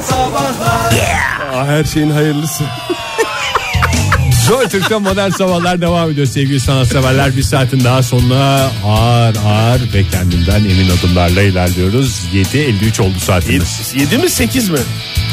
Her şeyin hayırlısı. Joy Türk'te Modern Sabahlar devam ediyor sevgili sanatseverler. Bir saatin daha sonuna ağır ve kendimden emin adımlarla ilerliyoruz. 7.53 oldu saatimiz. 7 mi 8 mi?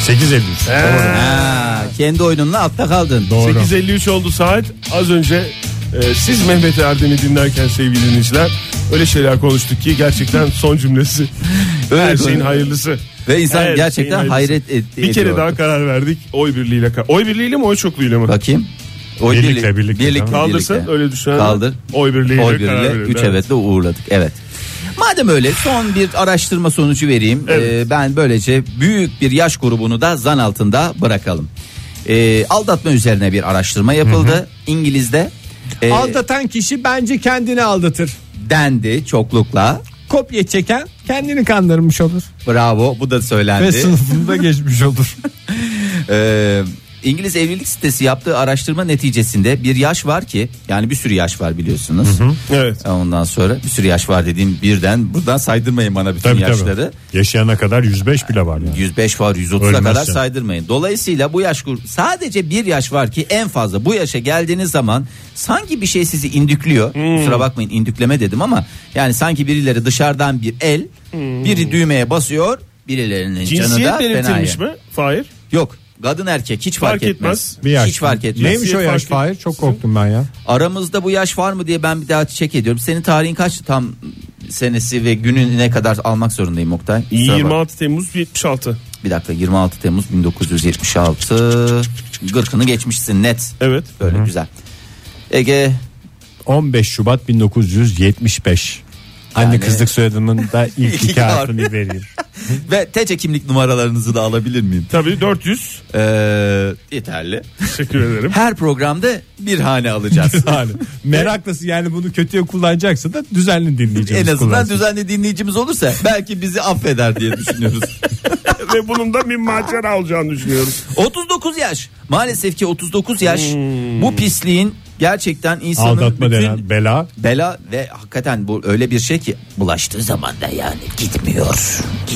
8.53. Kendi oyununla altta kaldın. Doğru. 8.53 oldu saat. Az önce siz Mehmet Erdem'i dinlerken sevgili dinleyiciler öyle şeyler konuştuk ki gerçekten son cümlesi her şeyin hayırlısı. Ve insan Her gerçekten hayret ediyor. Bir kere daha karar verdik oy birliğiyle. Oy birliğiyle mi oy çokluğuyla mı? Bakayım. Oy Birlikte. Kaldırsın öyle düşünen. Kaldır. Oy birliğiyle Oy karar birliğiyle verelim. 3 evetle uğurladık. Evet. Madem öyle son bir araştırma sonucu vereyim. Evet. Ben böylece büyük bir yaş grubunu da zan altında bırakalım. Aldatma üzerine bir araştırma yapıldı. İngiliz'de. Aldatan kişi bence kendini aldatır. Dendi çoklukla. Kopya çeken kendini kandırmış olur. Bravo, bu da söylendi. Ve sınıfında geçmiş olur. İngiliz evlilik sitesi yaptığı araştırma neticesinde bir yaş var ki, yani bir sürü yaş var biliyorsunuz. Evet. Ondan sonra bir sürü yaş var dediğim buradan saydırmayın bana bütün yaşları. Tabii. Yaşayana kadar 105 bile var yani. 105 var, 130'a Ölmezsen. kadar saydırmayın. Dolayısıyla bu yaş sadece bir yaş var ki en fazla bu yaşa geldiğiniz zaman sanki bir şey sizi indüklüyor. Kusura bakmayın, indükleme dedim ama yani sanki birileri dışarıdan bir el, biri düğmeye basıyor, birilerinin canı da Cinsiyet fena. belirtilmiş mi? Fahir. Yok. Kadın erkek hiç fark etmez. Bir yaş. Hiç fark etmez. Neymiş o yaş fark Fahir? Çok korktum ben ya. Aramızda bu yaş var mı diye ben bir daha check ediyorum. Senin tarihin kaçtı, tam senesi ve günü ne kadar almak zorundayım Oktay? 26 Temmuz 76. Bir dakika, 26 Temmuz 1976. 40'ını geçmişsin net. Evet. Böyle güzel. Ege 15 Şubat 1975. Anne kızlık soyadımın da ilk iki harfini vereyim. ve TC kimlik numaralarınızı da alabilir miyim? Tabii 400. Yeterli. Teşekkür ederim. Her programda bir hane alacağız. Yani meraklısı, yani bunu kötüye kullanacaksa da düzenli dinleyeceğiz. En azından düzenli dinleyicimiz olursa belki bizi affeder diye düşünüyoruz. Ve bunun da bir macera olacağını düşünüyoruz. 39 yaş. Maalesef ki 39 yaş bu pisliğin gerçekten insanın aldatma bütün denen bela ve hakikaten bu öyle bir şey ki bulaştığı zaman da yani gitmiyor.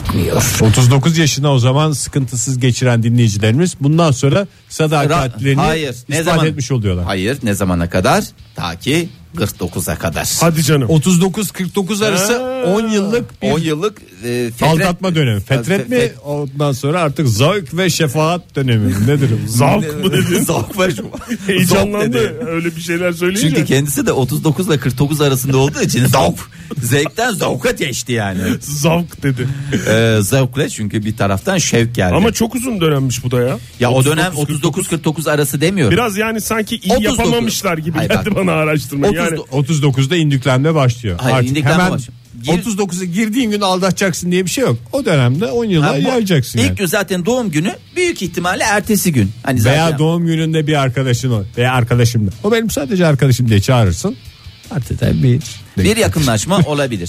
39 yaşına o zaman sıkıntısız geçiren dinleyicilerimiz bundan sonra sadakatlerini ispat etmiş oluyorlar. Hayır, ne zamana kadar? Ta ki 49'a kadar. Hadi canım. 39-49 arası 10 yıllık bir 10 yıllık aldatma dönemi. Fetret mi? Ondan sonra artık zavk ve şefaat dönemi. Nedir? Zavk mı dedin? Zavk ve Heyecanlandı öyle bir şeyler söyleyince. Çünkü kendisi de 39 ile 49 arasında olduğu için zavk. Zevkten zavka geçti yani. Zavk dedi. Zavkla, çünkü bir taraftan şevk geldi. Ama çok uzun dönemmiş bu da ya. Ya o dönem 39-49 arası demiyorum. Biraz yani sanki iyi 39. yapamamışlar gibi Hayır, geldi bak. bana araştırma. Yani 39'da indüklenme başlıyor. Hayır, Artık indüklenme hemen başlıyor. 39'a girdiğin gün aldatacaksın diye bir şey yok. O dönemde 10 yıla yayacaksın. İlk Yani. gün zaten doğum günü, büyük ihtimalle ertesi gün. Hani zaten Veya doğum gününde bir arkadaşın o veya arkadaşım da. O benim sadece arkadaşım diye çağırırsın. Artık bir yakınlaşma olabilir.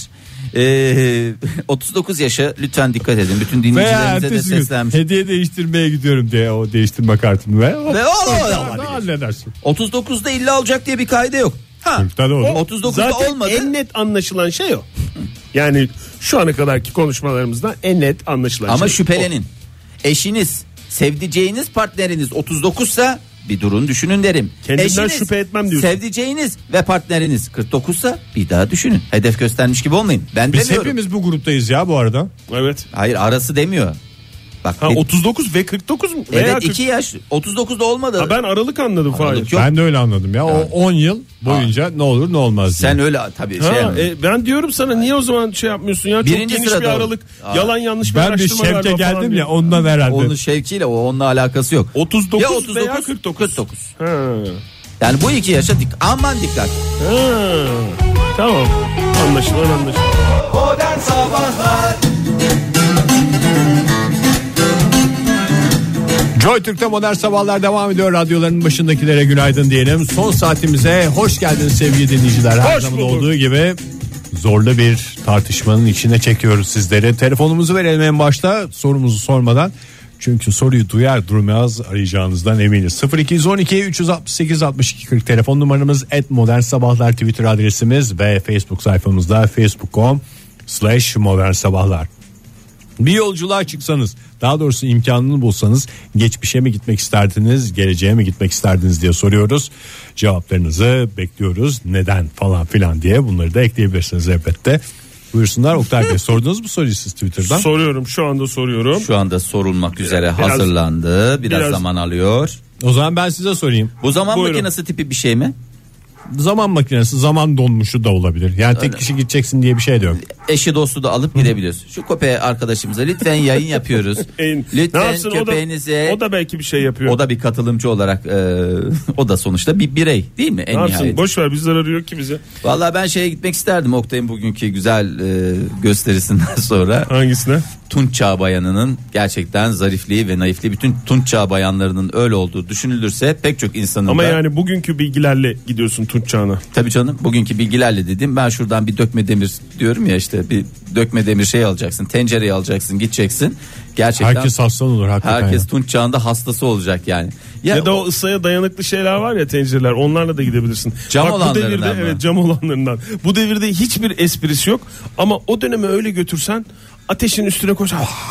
39 yaşa lütfen dikkat edin. Bütün veya dinleyicilerimize de ertesi gün seslenmiş. hediye değiştirmeye gidiyorum diye o değiştirme kartını ve olabilir. halledersin. 39'da illa olacak diye bir kaide yok. Ha. 40'ta da olur. 39'da zaten olmadı. en net anlaşılan şey o. Yani şu ana kadarki konuşmalarımızda en net anlaşılan Ama şey şüphelenin. Eşiniz, sevdiceğiniz partneriniz 39'sa bir durun düşünün derim. Kendimden şüphe etmem diyorsun. Sevdiceğiniz ve partneriniz 49'sa bir daha düşünün. Hedef göstermiş gibi olmayın. Ben Biz demiyorum. hepimiz bu gruptayız ya bu arada. Evet. Hayır, arası demiyor. Bak, Ha 39 ve 49 mu? evet, Veya 2 yaş 39'da olmadı. Ha, ben aralık anladım Aralık Fahir. yok. Ben de öyle anladım ya. O 10 yıl boyunca ne olur ne olmaz diye. Sen öyle tabii Ha, ben diyorum sana niye o zaman şey yapmıyorsun ya? Birinci Çok geniş sırada bir aralık. o. Yalan yanlış bir Ben bir araştırma şevke galiba falan geldim diyor. ya ondan herhalde. onun şevkiyle onunla alakası yok. 39 ya veya 39 49. Ha. Yani bu 2 yaşa aman dikkat. Ha. Tamam. Anlaşılan. Modern Sabahlar. Joy Türk'te Modern Sabahlar devam ediyor. Radyoların başındakilere günaydın diyelim. Son saatimize hoş geldiniz sevgili dinleyiciler. Her Hoş zaman bulduk. olduğu gibi zorlu bir tartışmanın içine çekiyoruz sizleri. Telefonumuzu verelim en başta sorumuzu sormadan. Çünkü soruyu duyar durmaz arayacağınızdan eminiz. 0212 368 62 40 telefon numaramız, @modernsabahlar Twitter adresimiz ve Facebook sayfamızda facebook.com/modernsabahlar. Bir yolculuğa çıksanız, daha doğrusu imkanını bulsanız geçmişe mi gitmek isterdiniz, geleceğe mi gitmek isterdiniz diye soruyoruz. Cevaplarınızı bekliyoruz. Neden falan filan diye bunları da ekleyebilirsiniz elbette. Buyursunlar Oktay Bey, sordunuz mu soruyu siz Twitter'dan? Soruyorum, şu anda soruyorum. Şu anda sorulmak üzere hazırlandı. Biraz zaman alıyor. O zaman ben size sorayım. Bu zaman Buyurun. makinesi tipi bir şey mi? Zaman makinesi, zaman donmuşu da olabilir. Yani tek kişi gideceksin diye bir şey de yok. Eşi dostu da alıp gidebiliyorsun. Şu köpeğe arkadaşımıza lütfen yayın yapıyoruz. Ne Lütfen yapsın, köpeğinize. o da belki bir şey yapıyor. O da bir katılımcı olarak o da sonuçta bir birey değil mi? Ne En yapsın? nihayet. Boş ver, biz zararı yok ki bize. Vallahi ben şeye gitmek isterdim Oktay'ın bugünkü güzel gösterisinden sonra. Hangisine? Tunç Çağı bayanının gerçekten zarifliği ve naifliği, bütün Tunç Çağı bayanlarının öyle olduğu düşünülürse pek çok insanın Ama da... yani bugünkü bilgilerle gidiyorsun Tunç Çağı'na. Tabii canım, bugünkü bilgilerle dedim. Ben şuradan bir dökme demir diyorum ya, işte bir dökme demir şey alacaksın, tencereyi alacaksın, gideceksin. Gerçekten Herkes hastan olur hakikaten. herkes ya. Tunç Çağı'nda hastası olacak yani. Ya da o ısıya dayanıklı şeyler var ya, tencereler, onlarla da gidebilirsin. Cam bu olanlarından devirde, mı? evet, cam olanlarından. Bu devirde hiçbir esprisi yok ama o döneme öyle götürsen ateşin üstüne koş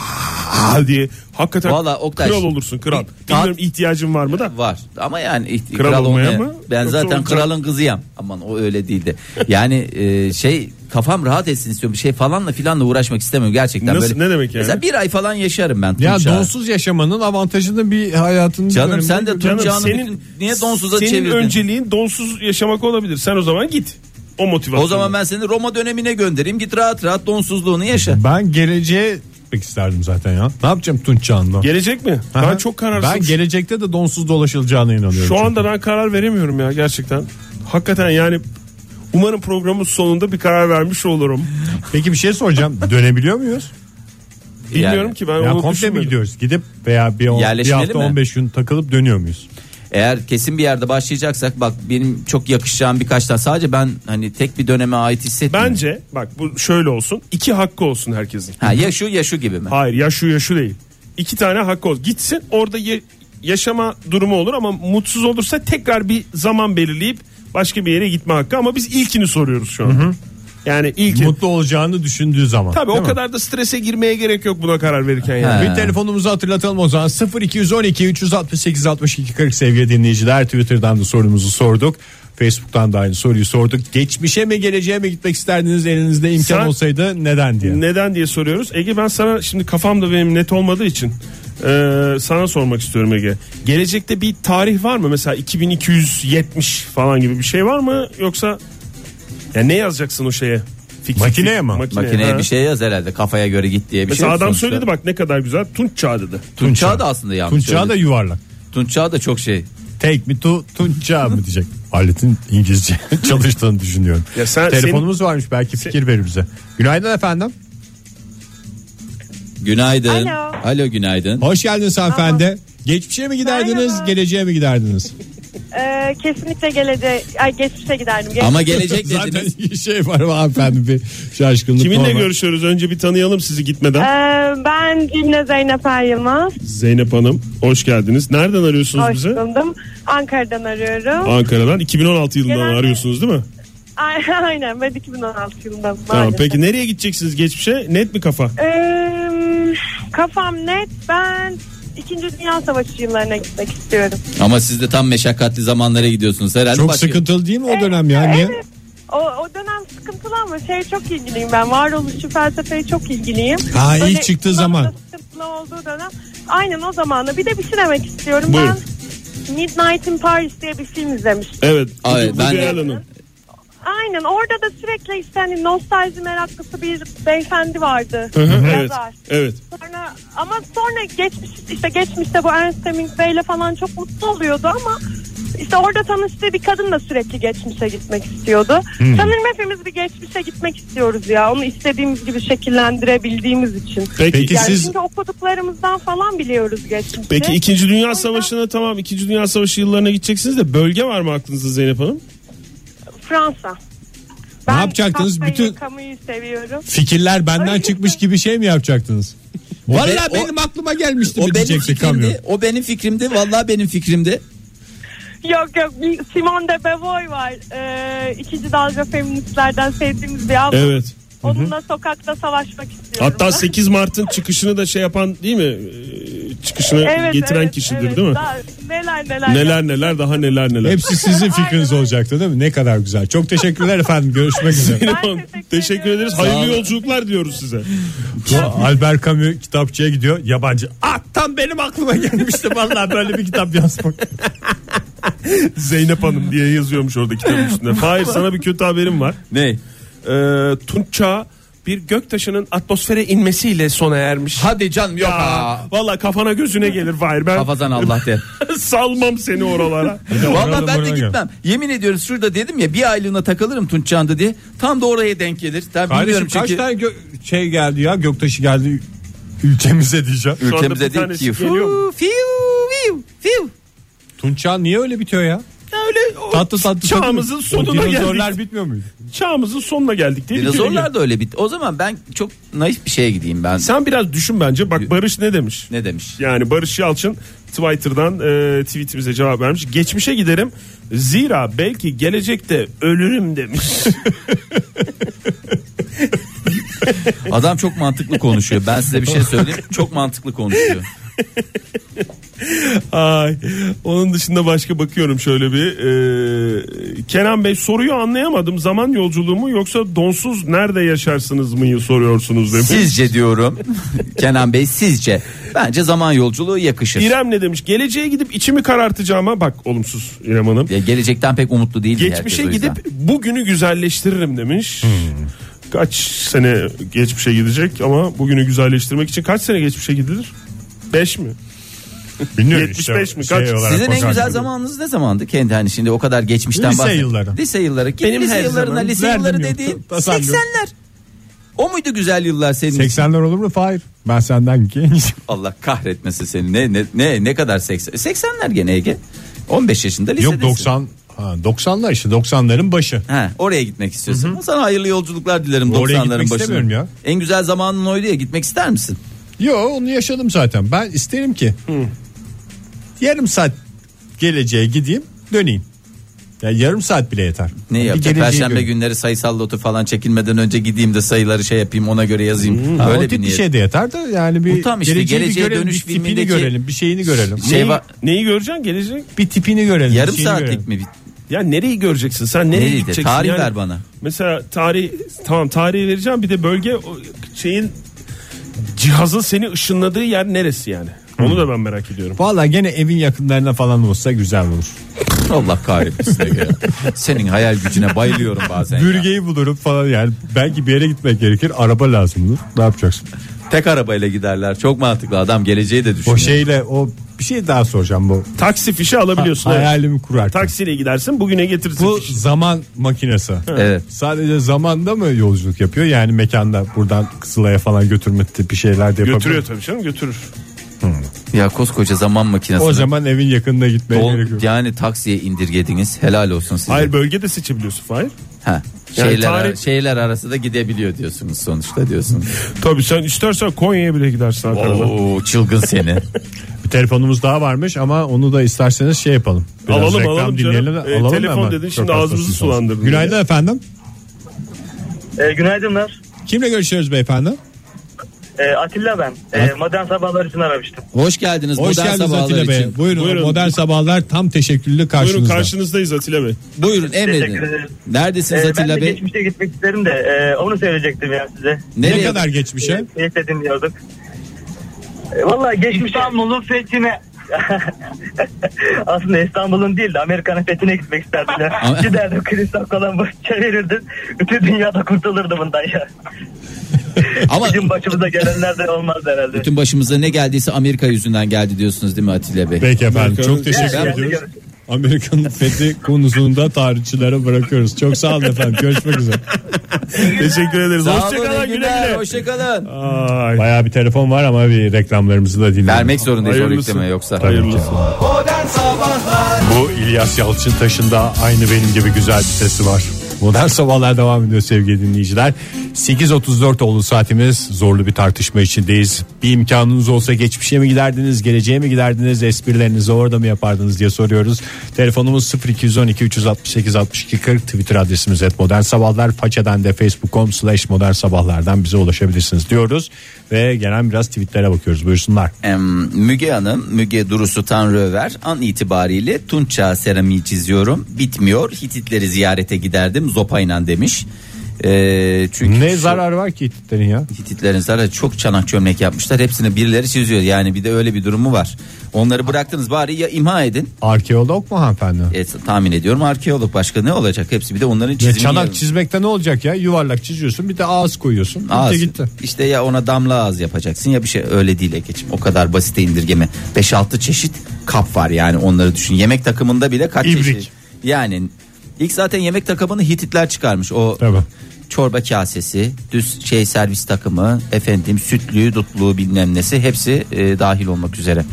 diye hakikaten Vallahi Oktay, kral olursun, kral. bir Bilmiyorum ihtiyacın var mı da. var ama yani Kral olmaya mı? Ben Yoksa zaten olacak. kralın kızıyım. Aman o öyle değildi. Yani kafam rahat etsin istiyorum, bir şey falanla filanla uğraşmak istemiyorum gerçekten. Nasıl, böyle, ne demek yani? Mesela bir ay falan yaşarım ben Ya Tunç Çağı. donsuz yaşamanın avantajını bir hayatın Canım döneminde sen de gör- Tunç Çağı'nı niye donsuza senin çevirdin? önceliğin donsuz yaşamak olabilir. Sen o zaman git. O motivasyon. O zaman ben seni Roma dönemine göndereyim, git rahat rahat donsuzluğunu yaşa. Ben geleceğe gitmek isterdim zaten ya. Ne yapacağım Tunç Çağı'nda? Gelecek mi? Aha. Ben çok kararsızım. Ben gelecekte de donsuz dolaşılacağına inanıyorum. Şu anda çünkü. ben karar veremiyorum ya gerçekten. Hakikaten yani umarım programın sonunda bir karar vermiş olurum. Peki bir şey soracağım. Dönebiliyor muyuz? Bilmiyorum Yani, ki, ben Ya onu komple mi düşünmedim. gidiyoruz? Gidip veya bir Yerleşmeli hafta mi? 15 gün takılıp dönüyor muyuz? Eğer kesin bir yerde başlayacaksak, bak benim çok yakışacağım birkaç tane, sadece ben hani tek bir döneme ait hissetmiyorum. Bence bak bu şöyle olsun. 2 hakkı olsun herkesin. Ha, ya şu ya şu gibi mi? Hayır, ya şu ya şu değil. 2 tane hakkı olsun. Gitsin orada yaşama durumu olur ama mutsuz olursa tekrar bir zaman belirleyip başka bir yere gitme hakkı, ama biz ilkini soruyoruz şu an. Yani ilki. Mutlu olacağını düşündüğü zaman. Tabii Değil o mi? kadar da strese girmeye gerek yok buna karar verirken yani. Bir telefonumuzu hatırlatalım o zaman. 0212 368 62 40 sevgili dinleyiciler. Twitter'dan da sorumuzu sorduk. Facebook'tan da aynı soruyu sorduk. Geçmişe mi geleceğe mi gitmek isterdiniz, elinizde imkan Sen- olsaydı neden diye. Neden diye soruyoruz. Ege, ben sana şimdi kafamda benim net olmadığı için sana sormak istiyorum Ege. Gelecekte bir tarih var mı? Mesela 2270 falan gibi bir şey var mı? Yoksa ne yazacaksın o şeye? Makineye mi? Makineye ha. bir şey yaz herhalde, kafaya göre git diye bir Mesela şey. adam Sonuçta. söyledi bak ne kadar güzel. Tunç Çağı dedi. Tunç Çağı da aslında yanlış. Tunç Çağı da yuvarlak. Tunç Çağı da çok şey. Take me to Tunç Çağı mı diyecek. Aletin İngilizce çalıştığını düşünüyorum. Ya Telefonumuz varmış, belki fikir verir bize. Günaydın efendim. Günaydın. Alo. Alo, günaydın. Hoş geldiniz hanımefendi. Geçmişe mi giderdiniz, Merhaba. geleceğe mi giderdiniz? Kesinlikle geçmişe giderdim. Ama gelecek Zaten dediniz. şey var hanımefendi, bir şaşkınlık. Kiminle normal. görüşüyoruz? Önce bir tanıyalım sizi gitmeden. Ben Cimle Zeynep Er Yılmaz. Zeynep Hanım hoş geldiniz. Nereden arıyorsunuz Hoş bizi? buldum. Ankara'dan arıyorum. Ankara'dan. 2016 yılından Genelde- arıyorsunuz değil mi? Aynen, ben 2016 yılında. Tamam, maalesef. peki nereye gideceksiniz geçmişe? Net mi kafa? Kafam net. Ben 2. Dünya Savaşı yıllarına gitmek istiyorum. Ama siz de tam meşakkatli zamanlara gidiyorsunuz herhalde. Çok Başka- sıkıntılı değil mi o dönem ya? Niye? Evet. O dönem sıkıntılı ama çok ilgiliyim ben. Varoluşçu felsefeye çok ilgiliyim. Ha, ilk Böyle çıktığı İstanbul'da zaman. sıkıntılı olduğu dönem. Aynen o zamanla. Bir de bir şey demek istiyorum. Buyurun. Ben Midnight in Paris diye bir film izlemiştim. Evet. Ay, Woody ben de- Allen'ın. Aynen, orada da sürekli işte hani nostalji meraklısı bir beyefendi vardı. Hı hı, evet. Yazar. Evet. Sonra geçmişte bu Ernest Hemingway ile falan çok mutlu oluyordu ama işte orada tanıştığı bir kadın da sürekli geçmişe gitmek istiyordu. Sanırım hepimiz bir geçmişe gitmek istiyoruz ya. Onu istediğimiz gibi şekillendirebildiğimiz için. Peki Yani siz çünkü okuduklarımızdan falan biliyoruz geçmişi. Peki 2. Dünya yüzden- Savaşı'na, tamam 2. Dünya Savaşı yıllarına gideceksiniz de bölge var mı aklınızda Zeynep Hanım? Fransa. Ne yapacaktınız? Kafka'yı, Bütün- Camus'u seviyorum. fikirler benden çıkmış gibi şey mi yapacaktınız? Vallahi o- benim aklıma gelmişti O mi benim diyecekti kamyon. fikrimdi. O benim fikrimdi. Vallahi benim fikrimdi. Yok bir Simone de Beauvoir var. İkinci dalga feministlerden sevdiğimiz bir abla. Evet. Onunla sokakta savaşmak istiyorum. Hatta 8 Mart'ın çıkışını da şey yapan değil mi? Çıkışını getiren kişidir değil mi? Daha neler daha neler. Hepsi sizin fikriniz olacaktı değil mi? Ne kadar güzel. Çok teşekkürler efendim. Görüşmek üzere. Teşekkür ederiz. Hayırlı yolculuklar diyoruz size. Albert Camus kitapçıya gidiyor. Yabancı. Tam benim aklıma gelmişti vallahi böyle bir kitap yazmak. Zeynep Hanım diye yazıyormuş orada kitabın üstünde. Hayır, sana bir kötü haberim var. Ne? Tunç Çağı bir göktaşının atmosfere inmesiyle sona ermiş. Hadi canım, yok ha. Valla kafana gözüne gelir Fahir. Ben Hafazan Allah de. salmam seni oralara. Valla ben de gitmem. Yemin ediyoruz, şurada dedim ya bir aylığına takılırım Tunç Çağı'nda diye. Tam da oraya denk gelir. Kardeşim kaç tane şey geldi ya, göktaşı geldi ülkemize diyeceğim. Ülkemize değil ki. Tunç Çağı niye öyle bitiyor ya? Öyle tatlı çağımızın sonuna geldik. Dinozorlar bitmiyor muydu? Çağımızın sonuna geldik değil mi? Dinozorlar da öyle bitti. O zaman ben çok naif bir şeye gideyim ben. Sen biraz düşün bence. Bak Barış ne demiş? Ne demiş? Yani Barış Yalçın Twitter'dan tweetimize cevap vermiş. Geçmişe giderim. Zira belki gelecekte ölürüm demiş. Adam çok mantıklı konuşuyor. Ben size bir şey söyleyeyim. Çok mantıklı konuşuyor. Ay, onun dışında başka bakıyorum şöyle bir. Kenan Bey, soruyu anlayamadım. Zaman yolculuğu mu yoksa donsuz nerede yaşarsınız mı soruyorsunuz demiş. Sizce diyorum. Kenan Bey, sizce. Bence zaman yolculuğu yakışır. İrem ne demiş? Geleceğe gidip içimi karartacağıma, bak olumsuz İrem Hanım. Gelecekten pek umutlu değil. Geçmişe gidip bugünü güzelleştiririm demiş. Kaç sene geçmişe gidecek ama bugünü güzelleştirmek için kaç sene geçmişe gidilir? 5 mi? Bilmiyorum 75 işte, mi? Kaç? Sizin en güzel zamanınız ne zamandı? Kendi hani şimdi o kadar geçmişten lise bahsediyor. yılları. Lise yılları. Git Benim lise her yıllarına, zaman lise yılları dediğin 80'ler. O muydu güzel yıllar senin için? 80'ler olur mu? Hayır. Ben senden genç. Allah kahretmesin seni. Ne kadar 80'ler gene Ege. 15 yaşında lisedesin. Yok 90'lar işte, 90'ların başı. Oraya gitmek istiyorsun. Hı-hı. Sana hayırlı yolculuklar dilerim oraya 90'ların başına. Ya. En güzel zamanın oydu ya, gitmek ister misin? Yok, onu yaşadım zaten. Ben isterim ki yarım saat geleceğe gideyim, döneyim. Yani yarım saat bile yeter. Ne yapacak? Perşembe günleri sayısal loto falan çekilmeden önce gideyim de sayıları şey yapayım, ona göre yazayım. Böyle o tip bir şey de yeter de yani bir geleceğe dönüş bir tipini filmindeki görelim, bir şeyini görelim. Neyi göreceksin gelecek? Bir tipini görelim. Yarım saatlik görelim. Mi? Ya nereyi göreceksin? Sen nereye gideceksin? Tarih ver bana. Mesela tarihi vereceğim, bir de bölge şeyin cihazın seni ışınladığı yer neresi yani? Onu da ben merak ediyorum. Vallahi gene evin yakınlarına falan olsa güzel olur. Allah kahretmesin. Senin hayal gücüne bayılıyorum bazen. Bürgeyi bulurum falan yani. Belki bir yere gitmek gerekir. Araba lazımdır. Ne yapacaksın? Tek arabayla giderler. Çok mantıklı, adam geleceği de düşünüyor. O şeyle bir şey daha soracağım bu. Taksi fişi alabiliyorsun. Hayalimi kurarken. Taksiyle gidersin, bugüne getirsin. Bu fişi. zaman makinesi. Evet. Sadece zamanda mı yolculuk yapıyor? Yani mekanda buradan Kızılay'a falan götürme tipi şeyler de yapabiliyor. Götürüyor tabii canım, götürür. Ya koskoca zaman makinesi. O zaman evin yakınına gitmeye gerekiyor. Yani taksiye indirgediniz. Helal olsun size. Hayır, bölge de seçebiliyorsun Fahir. Yani şeyler arası da gidebiliyor diyorsunuz sonuçta diyorsunuz. Tabii sen istersen Konya'ya bile gidersin Ankara'dan. Oo, çılgın seni. Bir telefonumuz daha varmış ama onu da isterseniz şey yapalım. Biraz alalım dinleyelim. Alalım telefon dedin, şimdi ağzımızı sulandırdın. Günaydın efendim. Günaydınlar. Kimle görüşüyoruz beyefendi? Atilla ben. Modern Sabahlar için aramıştım. Hoş geldiniz. Hoş geldiniz Atilla Bey. Buyurun. Modern Sabahlar tam teşekküllü karşınızda. Buyurun, karşınızdayız Atilla Bey. Buyurun, emredin. Neredesiniz Atilla ben de Bey? geçmişe gitmek isterim de onu söyleyecektim ya size. Ne kadar geçmişe? Neyse dinliyorduk. Vallahi geçmiş İstanbul'un fethine. Aslında İstanbul'un değil de Amerika'nın fethine gitmek isterdim ya. Giderdim, Christoph Columbus çevirirdim. Bütün dünyada kurtulurdu bundan ya. Ama bizim başımıza gelenlerden olmaz herhalde. Bütün başımıza ne geldiyse Amerika yüzünden geldi diyorsunuz değil mi Atilla Bey? Peki efendim, çok teşekkür ediyoruz. Amerika'nın fethi konusunda tarihçilere bırakıyoruz. Çok sağ olun efendim. Görüşmek üzere. Teşekkür ederiz. Hoşçakalın. Güle. Hoşçakalın. Bayağı bir telefon var ama bir reklamlarımızı da dinleyelim. Vermek zorundayız o reklama yoksa. Hayırlısı. Modern Sabahlar. Bu İlyas Yalçıntaş'ın da aynı benim gibi güzel bir sesi var. Modern Sabahlar devam ediyor sevgili dinleyiciler. 8.34 oldu saatimiz. Zorlu bir tartışma içindeyiz. Bir imkanınız olsa geçmişe mi giderdiniz, geleceğe mi giderdiniz, esprilerinizi orada mı yapardınız diye soruyoruz. Telefonumuz 0212 368 62 40, Twitter adresimiz @modernsabahlar, façeden de facebook.com/modernsabahlardan bize ulaşabilirsiniz diyoruz. Ve gelen biraz tweetlere bakıyoruz, buyursunlar. Müge Hanım, Müge Durusu Tanrıöver, an itibariyle Tunç Çağı seramiği çiziyorum, bitmiyor, Hititleri ziyarete giderdim zopayla demiş. Çünkü ne zarar var ki Hititlerin ya? Hititlerin zararı, çok çanak çömlek yapmışlar, hepsini birileri çiziyor yani, bir de öyle bir durumu var. Onları bıraktınız, bari ya imha edin. Arkeolog mu hanımefendi? Tahmin ediyorum arkeolog, başka ne olacak, hepsi bir de onların çizimi. Çanak çizmekte ne olacak ya, yuvarlak çiziyorsun, bir de ağız koyuyorsun. Ağız. Gitti. İşte ya ona damla ağız yapacaksın ya bir şey, öyle değil Ege'ciğim, o kadar basite indirgeme. 5-6 çeşit kap var yani, onları düşün. Yemek takımında bile kaç İbrik. çeşit. Yani ilk zaten yemek takımını Hititler çıkarmış. O tabii. Çorba kasesi, düz servis takımı, efendim sütlüğü, dutluğu, bilmem nesi, hepsi dahil olmak üzere.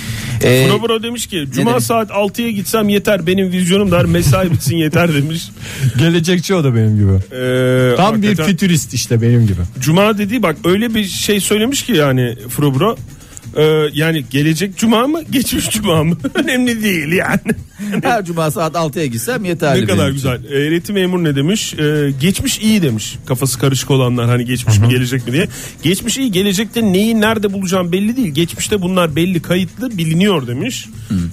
Bro demiş ki Cuma saat 6'ya gitsem yeter, benim vizyonum dar, mesai bitsin yeter demiş. Gelecekçi o da benim gibi. Tam bir fütürist işte benim gibi. Cuma dediği bak öyle bir şey söylemiş ki yani Bro. Yani gelecek cuma mı geçmiş cuma mı önemli değil yani. Her cuma saat 6'ya gitsem yeterli. Ne kadar güzel. Eğreti memur ne demiş? Geçmiş iyi demiş. Kafası karışık olanlar, hani geçmiş mi gelecek mi diye. Geçmiş iyi, gelecekte neyi nerede bulacağım belli değil. Geçmişte bunlar belli, kayıtlı, biliniyor demiş.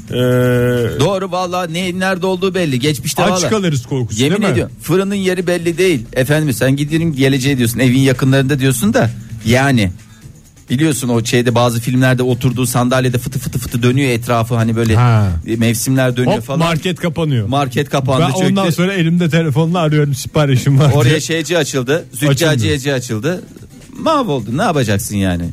Doğru vallahi, neyin nerede olduğu belli. Geçmişte aç kalırız korkusu, yemin ediyorum. Fırının yeri belli değil. Efendim sen gidelim geleceğe diyorsun, evin yakınlarında diyorsun da yani. Biliyorsun o bazı filmlerde oturduğu sandalyede fıtı fıtı dönüyor etrafı, hani böyle mevsimler dönüyor. Hop, falan. Market kapanıyor. Market kapandı, ben ondan sonra elimde telefonla arıyorum, siparişim var. Oraya şeyci açıldı, züccaciyeci açıldı. Mahvoldu, ne yapacaksın yani?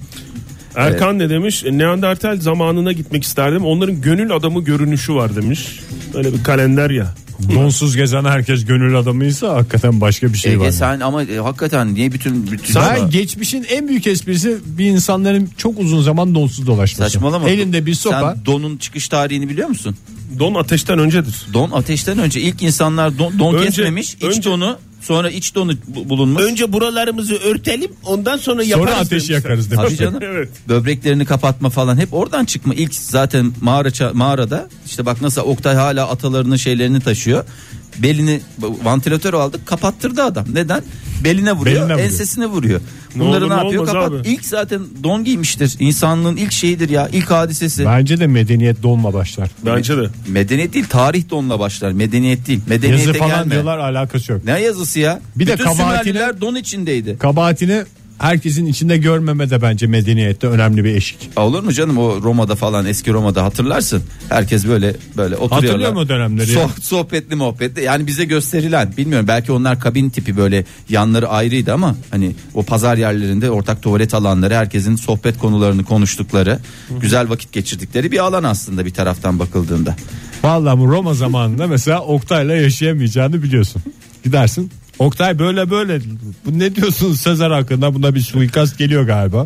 Erkan ne demiş? Neandertal zamanına gitmek isterdim. Onların gönül adamı görünüşü var demiş. Öyle bir kalender ya. Donsuz gezen herkes gönül adamıysa hakikaten başka bir şey var. Sen ama hakikaten niye bütün ben geçmişin en büyük esprisi bir insanların çok uzun zaman donsuz dolaşması. Saçmalama. Elinde bir sopa. Sen donun çıkış tarihini biliyor musun? Don ateşten öncedir. Don ateşten önce. İlk insanlar don kesmemiş. İç donu, sonra iç donu bulunmuş. Önce buralarımızı örtelim, ondan sonra yaparız. Sonra ateş yakarız demiş. Tabii canım. Evet. Böbreklerini kapatma falan hep oradan çıkma. İlk zaten mağarada işte bak nasıl Oktay hala atalarının şeylerini taşıyor. Belini vantilatör aldık, kapattırdı adam. Neden? Beline vuruyor, ensesine vuruyor. Bunları ne yapıyor? Kapat. Abi. İlk zaten don giymiştir. İnsanlığın ilk şeyidir ya, ilk hadisesi. Bence de medeniyet donla başlar. Bence de. Medeniyet değil, tarih donla başlar. Medeniyet değil. Medeniyete yazı falan gelme. diyorlar, alakası yok. Ne yazısı ya? Bir de bütün Sümerliler don içindeydi. Kabahatini herkesin içinde görmeme de bence medeniyette önemli bir eşik. Olur mu canım, o Roma'da falan, eski Roma'da hatırlarsın. Herkes böyle oturuyorlar. Hatırlıyor mu o dönemleri? Sohbetli muhabbetli. Yani bize gösterilen, bilmiyorum belki onlar kabin tipi, böyle yanları ayrıydı ama hani o pazar yerlerinde ortak tuvalet alanları, herkesin sohbet konularını konuştukları, güzel vakit geçirdikleri bir alan aslında bir taraftan bakıldığında. Vallahi bu Roma zamanında mesela Oktay'la yaşayamayacağını biliyorsun. Gidersin. Oktay böyle bu ne diyorsun Sezar hakkında, buna bir suikast geliyor galiba.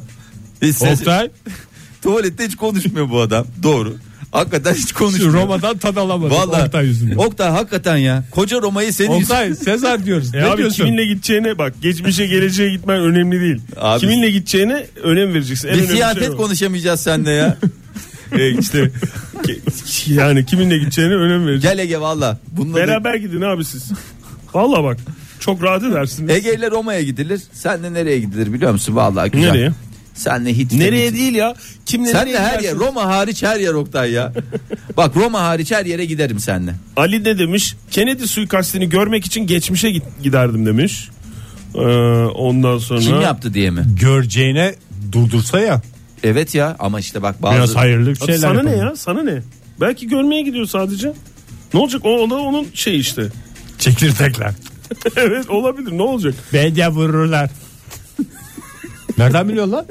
Oktay tuvalette hiç konuşmuyor bu adam. Doğru. Hakikaten hiç konuşmuyor. Roma'dan tad alamadık Oktay yüzünden. Oktay hakikaten ya. Koca Roma'yı senin Oktay Sezar diyoruz. Ne abi diyorsun? Kiminle gideceğine bak. Geçmişe geleceğe gitmen önemli değil. Abi, kiminle gideceğine önem vereceksin. Bir siyaset konuşamayacağız seninle ya. İşte yani kiminle gideceğine önem vereceksin. Gel Ege valla. Beraber gidin abi siz. Valla bak. Çok rahat edersiniz. Ege ile Roma'ya gidilir. Sen de nereye gidilir biliyor musun? Vallahi güzel. Nereye? Sen de hiç. Nereye değil ya? Kimle sen de her yer. Roma hariç her yer Oktay ya. Bak Roma hariç her yere giderim seninle. Ali ne demiş? Kennedy suikastini görmek için geçmişe giderdim demiş. Ondan sonra. Kim yaptı diye mi? Göreceğine durdursa ya. Evet ya, ama işte bak bazı. Biraz hayırlı şeyler. Sana yapalım. Ne ya? Sana ne? Belki görmeye gidiyor sadece. Ne olacak? O da onun şey işte. Çekirdekler. Evet olabilir, ne olacak? Bence vururlar. Nereden biliyorlar?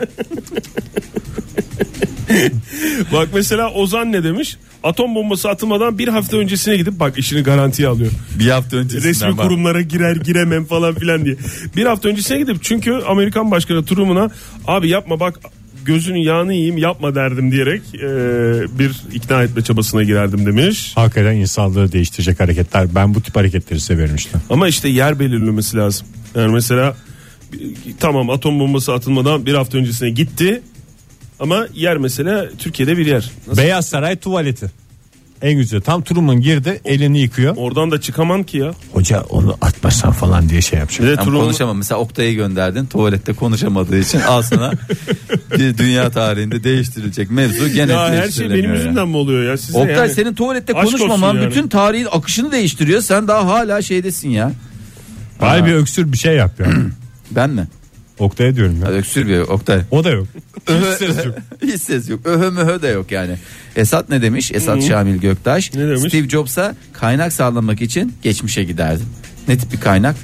Bak mesela Ozan ne demiş? Atom bombası atılmadan bir hafta öncesine gidip bak işini garantiye alıyor. Bir hafta öncesinden resmi kurumlara girer giremem falan filan diye. Bir hafta öncesine gidip, çünkü Amerikan Başkanı Truman'a abi yapma bak gözünün yağını yiyeyim yapma derdim diyerek bir ikna etme çabasına girerdim demiş. Hakikaten insanlığı değiştirecek hareketler. Ben bu tip hareketleri severim işte. Ama işte yer belirlemesi lazım. Yani mesela Tamam, atom bombası atılmadan bir hafta öncesine gitti. Ama yer mesela Türkiye'de bir yer. Nasıl? Beyaz Saray tuvaleti. En güzel. Tam Truman girdi, elini yıkıyor. Oradan da çıkamam ki ya. Hoca onu atmasan falan diye şey yapacak. Ama konuşamam. Mesela Oktay'ı gönderdin, tuvalette konuşamadığı için al sana bir dünya tarihinde değiştirilecek mevzu gene. Ya her şey benim yüzümden mi oluyor ya? Size Oktay, yani, senin tuvalette aşk konuşmaman olsun bütün tarihin akışını değiştiriyor. Sen daha hala şeydesin ya. Bari bir öksür bir şey yap ya. Ben mi? Oktay'a diyorum ya. Öksür bir Oktay. O da yok. Hiç ses yok. Hiç ses yok. Öhö möhö de yok yani. Esat ne demiş? Esat Şamil Göktaş. Ne demiş? Steve Jobs'a kaynak sağlamak için geçmişe giderdim. Ne tip bir kaynak?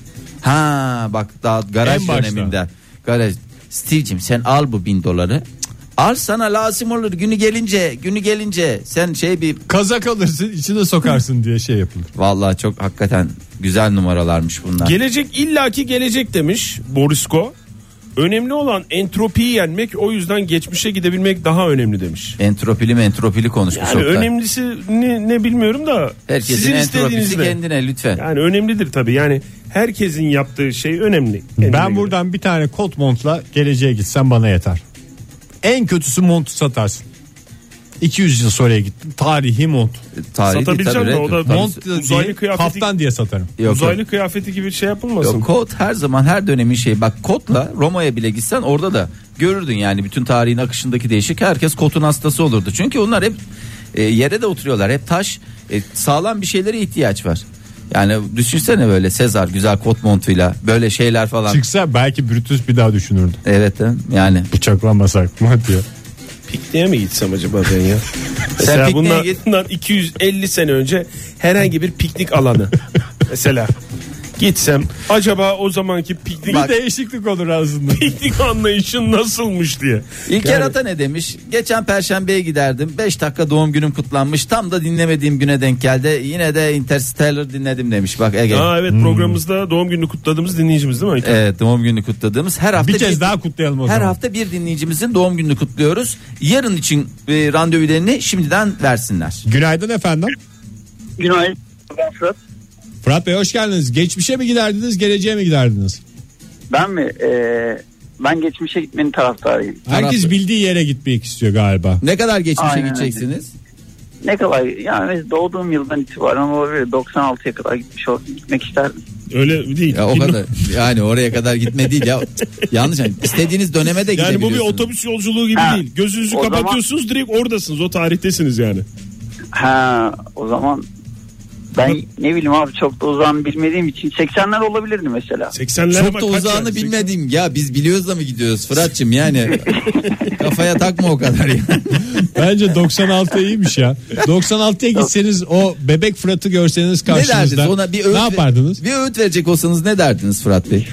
Ha bak, daha garaj En başta. döneminden. Garaj. Steve'cim sen al bu $1000. Al, sana lazım olur günü gelince sen bir Kazak alırsın, içine sokarsın diye şey yapılır. vallahi çok hakikaten güzel numaralarmış bunlar. Gelecek illaki gelecek demiş Borisko. Önemli olan entropiyi yenmek, o yüzden geçmişe gidebilmek daha önemli demiş. Entropili konuşmuş Yani Oktay. önemlisi ne bilmiyorum da Herkesin sizin istediğiniz entropisi ne? kendine lütfen. Yani önemlidir tabii, yani herkesin yaptığı şey önemli. Ben Kendine buradan bir tane kot montla geleceğe gitsem bana yeter. En kötüsü montu satarsın. 200 yıl sonraya gittim. Tarihi mont. Tarihi Satabileceğim tabii, de o da tabii. Mont uzaylı diye, kıyafeti- kaftan diye satarım. Yok, uzaylı yok. kıyafeti gibi şey yapılmasın. Yok, kot her zaman her dönemin şeyi. Bak, kotla Roma'ya bile gitsen orada da görürdün yani bütün tarihin akışındaki değişik. Herkes kotun hastası olurdu. Çünkü onlar hep yere de oturuyorlar. Hep taş, sağlam bir şeylere ihtiyaç var. Yani düşünsene böyle Sezar güzel kot montuyla böyle şeyler falan. Çıksa belki Brutus bir daha düşünürdü. Evet yani. Bıçaklamasak mı diye. Pikniğe mi gitsem acaba ben ya? Sen Mesela pikniğe git. bundan 250 sene önce herhangi bir piknik alanı mesela gitsem acaba o zamanki piknik Bir değişiklik olur aslında. piknik anlayışın nasılmış diye. İlker Yani- Ata ne demiş? Geçen Perşembe'ye giderdim. 5 dakika doğum günüm kutlanmış. Tam da dinlemediğim güne denk geldi. Yine de Interstellar dinledim demiş. Bak Ege. Evet, programımızda doğum gününü kutladığımız dinleyicimiz değil mi? Evet, doğum gününü kutladığımız her hafta Bir kez daha kutlayalım o her zaman. hafta bir dinleyicimizin doğum gününü kutluyoruz. Yarın için randevularını şimdiden versinler. Günaydın efendim. Günaydın. Ben Fırat. Fırat Bey hoş geldiniz. Geçmişe mi giderdiniz, geleceğe mi giderdiniz? Ben mi? Ben geçmişe gitmenin taraftarıyım. Herkes bildiği yere gitmek istiyor galiba. Ne kadar geçmişe Aynen gideceksiniz? Ne kadar yani doğduğum yıldan itibaren olabilir. 96'ya kadar gitmek isterdim. Öyle değil. Ya o kadar yani oraya kadar gitme değil ya. Yanlış yani. İstediğiniz döneme de Yani bu bir gidebiliyorsunuz. otobüs yolculuğu gibi Ha, değil. Gözünüzü o kapatıyorsunuz, direkt oradasınız. O tarihtesiniz yani. O zaman ben ne bileyim abi, çok da uzağını bilmediğim için 80'ler olabilirdi mesela. 80'lere Çok da uzağını bilmediğim ya, biz biliyoruz da mı gidiyoruz Fırat'cığım yani kafaya takma o kadar yani. Bence 96 iyiymiş ya. 96'ya gitseniz o bebek Fırat'ı görseniz Ne derdiniz karşınızda ona, bir öğüt, ne yapardınız? Bir öğüt verecek olsanız ne derdiniz Fırat Bey?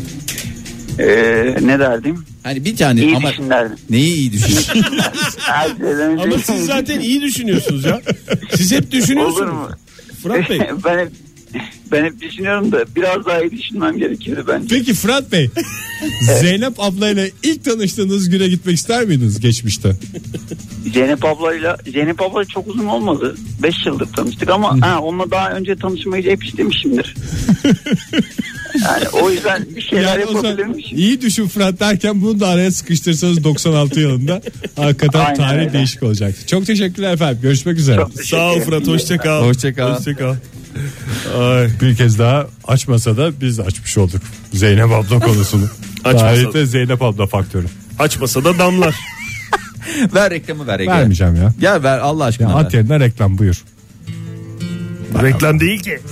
Ne derdim? Hani bir tane İyi ama düşün derdim. neyi iyi düşün? Her şeyden önce- Ama siz zaten iyi düşünüyorsunuz ya. Siz hep düşünüyorsunuz. Olur mu? Fırat Bey. ben hep düşünüyorum da biraz daha iyi düşünmem gerekirdi bence. Peki Fırat Bey, Zeynep ablayla ilk tanıştığınız güne gitmek ister miydiniz geçmişte? Zeynep abla çok uzun olmadı. 5 yıldır tanıştık ama onunla daha önce tanışmayı hep istemişimdir. Yani o yüzden bir şeyler Yani o zaman yapabilirmişim. iyi düşün Fırat derken bunu da araya sıkıştırsanız 96 yılında hakikaten Aynen tarih öyle. değişik olacak. Çok teşekkürler efendim. Görüşmek üzere. Çok teşekkür Sağ ol ederim. Fırat, hoşça kal. Hoşça kal. Hoşça kal. Ay. Bir kez daha açmasa da biz açmış olduk Zeynep abla konusunu. Açmasa Tarihte da. Zeynep abla faktörü. Açmasa da damlar. Ver reklamı ver Ege. Vermeyeceğim ya. Ya ver Allah aşkına Ya ver. at yerine reklam buyur. Reklam değil ki.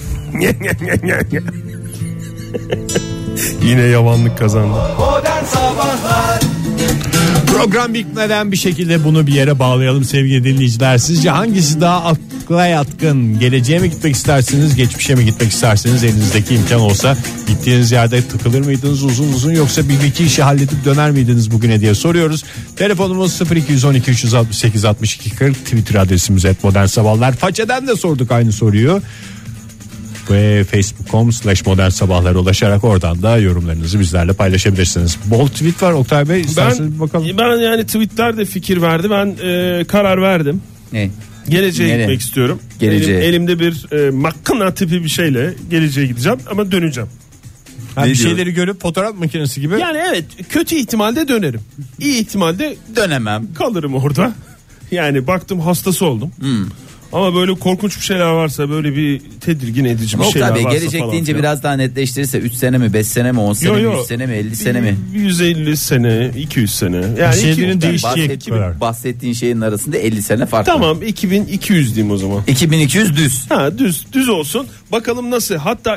Yine yavanlık kazandı. Modern Sabahlar Program bitmeden bir şekilde bunu bir yere bağlayalım sevgili dinleyiciler. Sizce hangisi daha akla yatkın? Geleceğe mi gitmek istersiniz, geçmişe mi gitmek istersiniz? Elinizdeki imkan olsa gittiğiniz yerde takılır mıydınız uzun uzun, yoksa bir iki işi halledip döner miydiniz bugüne diye soruyoruz. Telefonumuz 0212 368 62 40, Twitter adresimiz @modernsabahlar. Façeden de sorduk aynı soruyu. Ve facebook.com/modernsabahlara ulaşarak oradan da yorumlarınızı bizlerle paylaşabilirsiniz. Bol tweet var Oktay Bey, isterseniz bir bakalım. Ben yani tweetler de fikir verdi. Ben karar verdim. Ne? Geleceğe Nereye? gitmek istiyorum. Geleceğe. Elimde bir makina tipi bir şeyle geleceğe gideceğim ama döneceğim. Bir şeyleri görüp fotoğraf makinesi gibi. Yani evet, kötü ihtimalde dönerim. İyi ihtimalde Dönemem. kalırım orada. Yani baktım hastası oldum. Ama böyle korkunç bir şeyler varsa, böyle bir tedirgin edici bir şeyler Oktay Bey, varsa gelecek falan deyince filan. biraz daha netleştirirse 3 sene mi, 5 sene mi, 10 sene mi, 100 sene mi, 50 sene mi? 150 sene, 200 sene. Yani şeylerin Bahsettiğin şeyin arasında 50 sene fark var. Tamam, 2200 diyeyim o zaman. 2200 düz. Ha, düz olsun. Bakalım nasıl? Hatta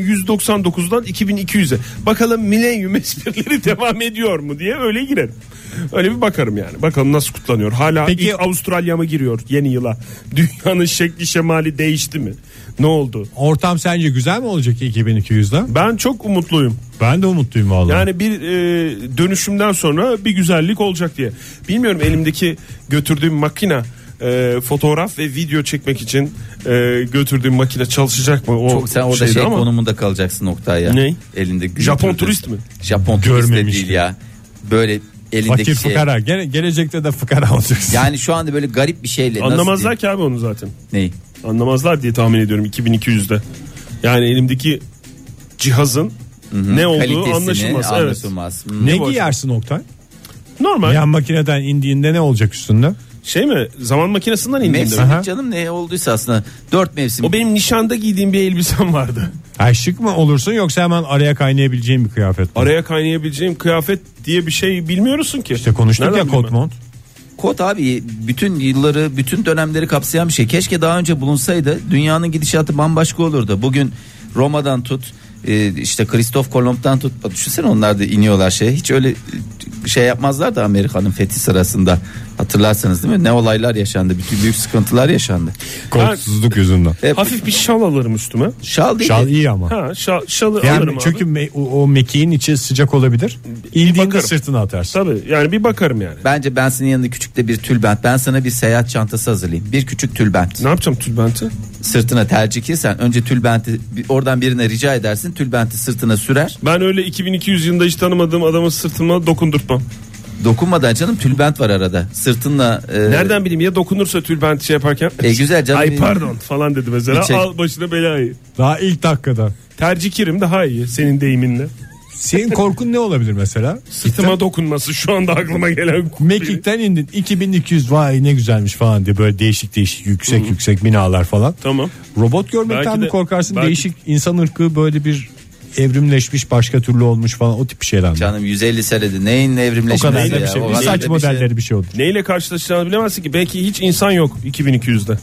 2199'dan 2200'e. Bakalım milenyum esprileri devam ediyor mu diye öyle girerim. Öyle bir bakarım yani. Bakalım nasıl kutlanıyor. Hala Peki, ilk Avustralya mı giriyor yeni yıla? Dünyanın şekli şemali değişti mi? Ne oldu? Ortam sence güzel mi olacak 2200'de? Ben çok umutluyum. Ben de umutluyum vallahi. Yani bir dönüşümden sonra bir güzellik olacak diye. Bilmiyorum, elimdeki götürdüğüm makine fotoğraf ve video çekmek için götürdüğüm makine çalışacak mı? O Çok sen orada şey ama... konumunda kalacaksın Oktay ya. Ne? Elinde Japon turist mi? Japon turist de Görmemiş değil gibi. ya. Böyle elindeki fakir şey. fukara. Gelecekte de fukara olacaksın. Yani şu anda böyle garip bir şeyle. Anlamazlar ki abi onu zaten. Neyi? Anlamazlar diye tahmin ediyorum 2200'de. Yani elimdeki cihazın ne olduğu Kalitesini anlaşılmaz. Evet. anlaşılmaz. Ne boş. giyersin Oktay? Normal. Yan makineden indiğinde ne olacak üstünde? Şey mi? Zaman makinesinden indiğinde. Mevsimlik canım, ne olduysa aslında 4 mevsim. O benim nişanda giydiğim bir elbisem vardı. Ay, şık mı olursun yoksa hemen araya kaynayabileceğin bir kıyafet mi? Araya kaynayabileceğim kıyafet diye bir şey bilmiyorsun ki. İşte konuştuk Nereden ya, bileyim kot ben? mont. Kot abi bütün yılları, bütün dönemleri kapsayan bir şey. Keşke daha önce bulunsaydı. Dünyanın gidişatı bambaşka olurdu. Bugün Roma'dan tut, işte Kristof Kolomb'dan tut. Düşünsene, onlar da iniyorlar şeye. Hiç öyle şey yapmazlar da Amerika'nın fethi sırasında. Hatırlarsanız değil mi? Ne olaylar yaşandı. Bütün büyük sıkıntılar yaşandı. Kolsuzluk yüzünden. Hafif bir şal alırım üstüme. Şal değil. Şal iyi ama. Ha, şalı Yani alırım çünkü abi. o mekiğin içi sıcak olabilir. İldiğinde bakarım. sırtına atarsın. Tabii yani bir bakarım yani. Bence ben senin yanında küçük de bir tülbent. Ben sana bir seyahat çantası hazırlayayım. Bir küçük tülbent. Ne yapacağım tülbenti? Sırtına tercikirsen önce tülbenti oradan birine rica edersin. Tülbenti sırtına sürer. Ben öyle 2200 yılında hiç tanımadığım adamın sırtıma dokundurtmam. Dokunmadan canım, tülbent var arada. Sırtınla. Nereden bileyim ya, dokunursa tülbent şey yaparken. Güzel canım. Ay pardon falan dedi mesela. Bir şey- Al başına belayı. Daha ilk dakikada. Tercikirim daha iyi senin deyiminle. Senin korkun ne olabilir mesela? Sırtıma dokunması şu anda aklıma gelen. Mekik'ten indin 2200, vay ne güzelmiş falan diye, böyle değişik yüksek binalar falan. Tamam. Robot görmekten Belki mi de- korkarsın? belki- Değişik insan ırkı böyle bir evrimleşmiş, başka türlü olmuş falan, o tip bir şeyler mi? Canım 150 senede neyin O evrimleşmesi kadar ya? da bir şey. O Bir kadar saç da modelleri bir şey olur. Neyle karşılaşacağını bilemezsin ki. Belki hiç insan yok 2200'de.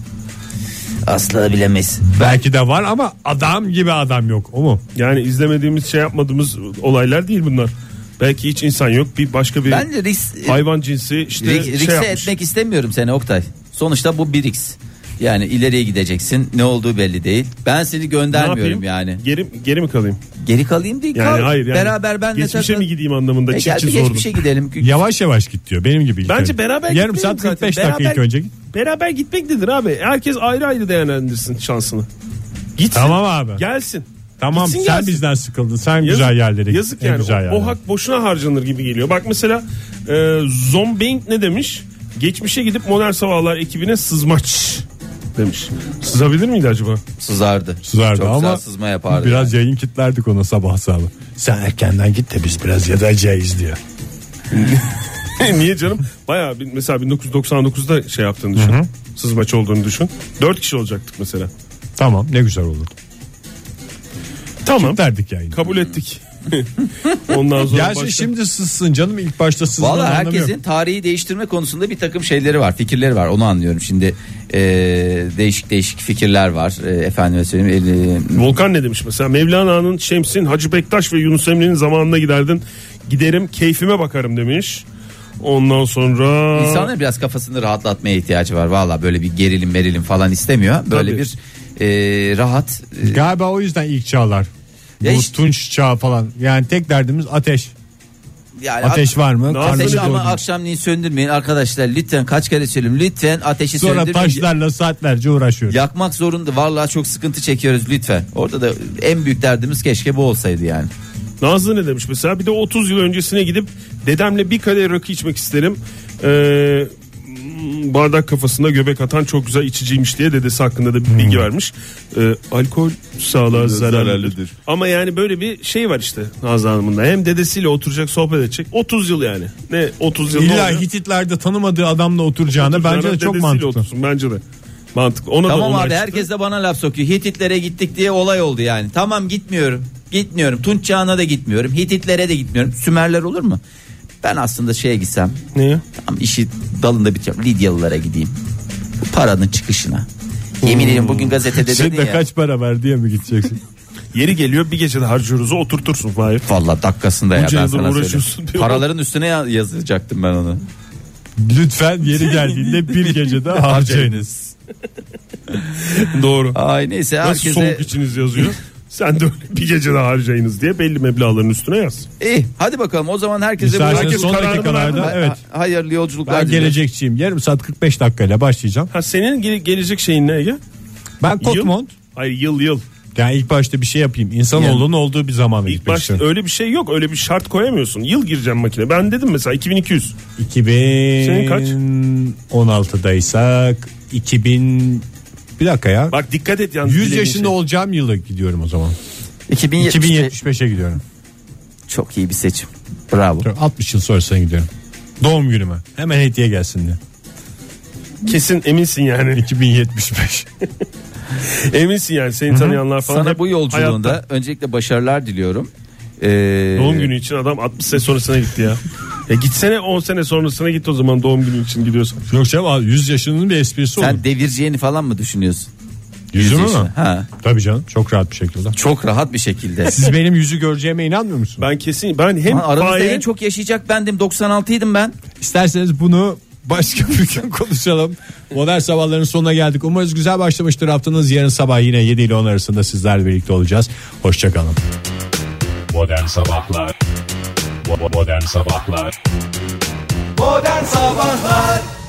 Asla bilemeyiz. Belki de var ama adam gibi adam yok, o mu? Yani izlemediğimiz, şey yapmadığımız olaylar değil bunlar. Belki hiç insan yok. Bir başka bir Ben risk, hayvan cinsi işte rikse şey yapmış. etmek istemiyorum seni Oktay. Sonuçta bu bir risk. Yani ileriye gideceksin. Ne olduğu belli değil. Ben seni Ne göndermiyorum yapayım? yani. Geri mi kalayım? Geri kalayım değil. Yani kal. hayır yani. Beraber benle Geçmişe mi gideyim anlamında Gel çiftçi bir sordum. geçmişe gidelim. Yavaş yavaş git diyor benim gibi. Bence beraber yarım gitmeyelim saat 45 zaten. dakika ilk önce git. Beraber gitmek nedir abi? Herkes ayrı ayrı değerlendirsin şansını. Gitsin. Tamam abi. Gelsin. Tamam, Gitsin, sen gelsin. bizden sıkıldın. Sen güzel yerlere git. Yazık En yani. güzel O yerlere. hak boşuna harcanır gibi geliyor. Bak mesela Zombing ne demiş? Geçmişe gidip modern sabahlar ekibine sızmaç demiş. Sızabilir miydi acaba? Sızardı. Sızardı Çok ama güzel sızma yapardı. biraz yayın kitlerdik ona sabah. Sen erkenden git de biz biraz yatacağız diyor. Niye canım? Bayağı mesela 1999'da şey yaptığını düşün. Sızmaç olduğunu düşün. 4 kişi olacaktık mesela. Tamam, ne güzel olurdu. Tamam. Kitlerdik yayını. Kabul ettik. Ondan sonra Gerçi başka... şimdi sızsın canım, ilk başta sızmanın Valla anlamı yok. herkesin tarihi değiştirme konusunda bir takım şeyleri var, fikirleri var, onu anlıyorum. Şimdi değişik fikirler var. Efendime söyleyeyim. Volkan ne demiş mesela? Mevlana'nın, Şems'in, Hacı Bektaş ve Yunus Emre'nin zamanına giderim keyfime bakarım demiş. Ondan sonra... İnsanların biraz kafasını rahatlatmaya ihtiyacı var. Valla böyle bir gerilim falan istemiyor. Böyle Tabii. bir rahat. Galiba o yüzden ilk çağlar. Ya Bu işte- Tunç çağı falan. Yani tek derdimiz ateş. Yani Ateş var mı? Ateş ateşi Karnımızı ama doyurun. akşamleyin söndürmeyin arkadaşlar. Lütfen, kaç kere söyleyeyim. Lütfen ateşi Sonra söndürmeyin. taşlarla saatlerce uğraşıyoruz. Yakmak zorunda. Vallahi çok sıkıntı çekiyoruz lütfen. Orada da en büyük derdimiz keşke bu olsaydı yani. Nazlı ne demiş mesela? Bir de 30 yıl öncesine gidip dedemle bir kadeh rakı içmek isterim. bardak kafasında göbek atan çok güzel içiciymiş diye dedesi hakkında da bir bilgi vermiş. Alkol sağlığa zararlıdır. Ama yani böyle bir şey var işte Nazlı Hanım'ın da. Hem dedesiyle oturacak, sohbet edecek. 30 yıl yani. Ne 30 yıl? İlla Hititlerde tanımadığı adamla oturacağına bence de çok mantıklı. Otursun, bence de. Mantıklı. Ona tamam da abi, herkes de bana laf sokuyor. Hititlere gittik diye olay oldu yani. Tamam, gitmiyorum. Tunç Çağı'na da gitmiyorum. Hititlere de gitmiyorum. Sümerler olur mu? Ben aslında şeye gitsem. Neye? Tam işi dalında biteceğim. Lidyalılara gideyim. Paranın çıkışına. Yemin ederim bugün gazetede dedin Şimdi ya. kaç para ver diye mi gideceksin? Yeri geliyor bir gecede harcıyoruz, oturtursun Fahir. Vallahi dakikasında ya, ben sana söyleyeyim. Diyor. Paraların üstüne yazacaktım ben onu. Lütfen yeri geldiğinde bir gecede harcayınız. Doğru. Ay neyse, nasıl herkese... soğuk içiniz yazıyor. Sen de öyle bir gecede harcayınız diye belli meblağların üstüne yaz. İyi, hadi bakalım o zaman herkese İsterseniz son kararını dakikalarda verdi. evet. Hayırlı yolculuklar. Ben gelecekçiyim. Yarım saat 45 dakikayla başlayacağım. Ha, senin gelecek şeyin ne Ege? Ben Kotmont. Hayır, yıl. Yani ilk başta bir şey yapayım. İnsanoğlunun olduğu bir zamana İlk gitmek başta istiyorum. öyle bir şey yok. Öyle bir şart koyamıyorsun. Yıl gireceğim makine. Ben dedim mesela 2200. Senin kaç? 2016'daysak 2000 bir dakika ya. Bak dikkat et yalnız. 100 yaşında olacağım yıla gidiyorum o zaman. 2070'te 2075'e gidiyorum. çok iyi bir seçim. Bravo. 60 yıl sonrasına gidiyorum. Doğum günüme. Hemen hediye gelsin diye. Kesin eminsin yani. 2075. Eminsin yani, seni tanıyanlar falan. Sana bu yolculuğunda hayatta. öncelikle başarılar diliyorum. Doğum günü için adam 60 sene sonrasına gitti ya. Gitsene 10 sene sonrasına git o zaman doğum günü için gidiyorsan. Yok canım, 100 yaşının bir esprisi olur. Sen devireceğini falan mı düşünüyorsun? Yüzümü mü? Ha. Tabii canım, çok rahat bir şekilde. Çok rahat bir şekilde. Siz benim yüzü göreceğime inanmıyor musunuz? Ben hem Aramızda Fahir'in en çok yaşayacak bendim. 96'ydım ben. İsterseniz bunu başka bir gün konuşalım. Modern Sabahların sonuna geldik. Umarız güzel başlamıştır haftanız. Yarın sabah yine 7 ile 10 arasında sizlerle birlikte olacağız. Hoşçakalın. Modern Sabahlar. Modern Sabahlar. Modern Sabahlar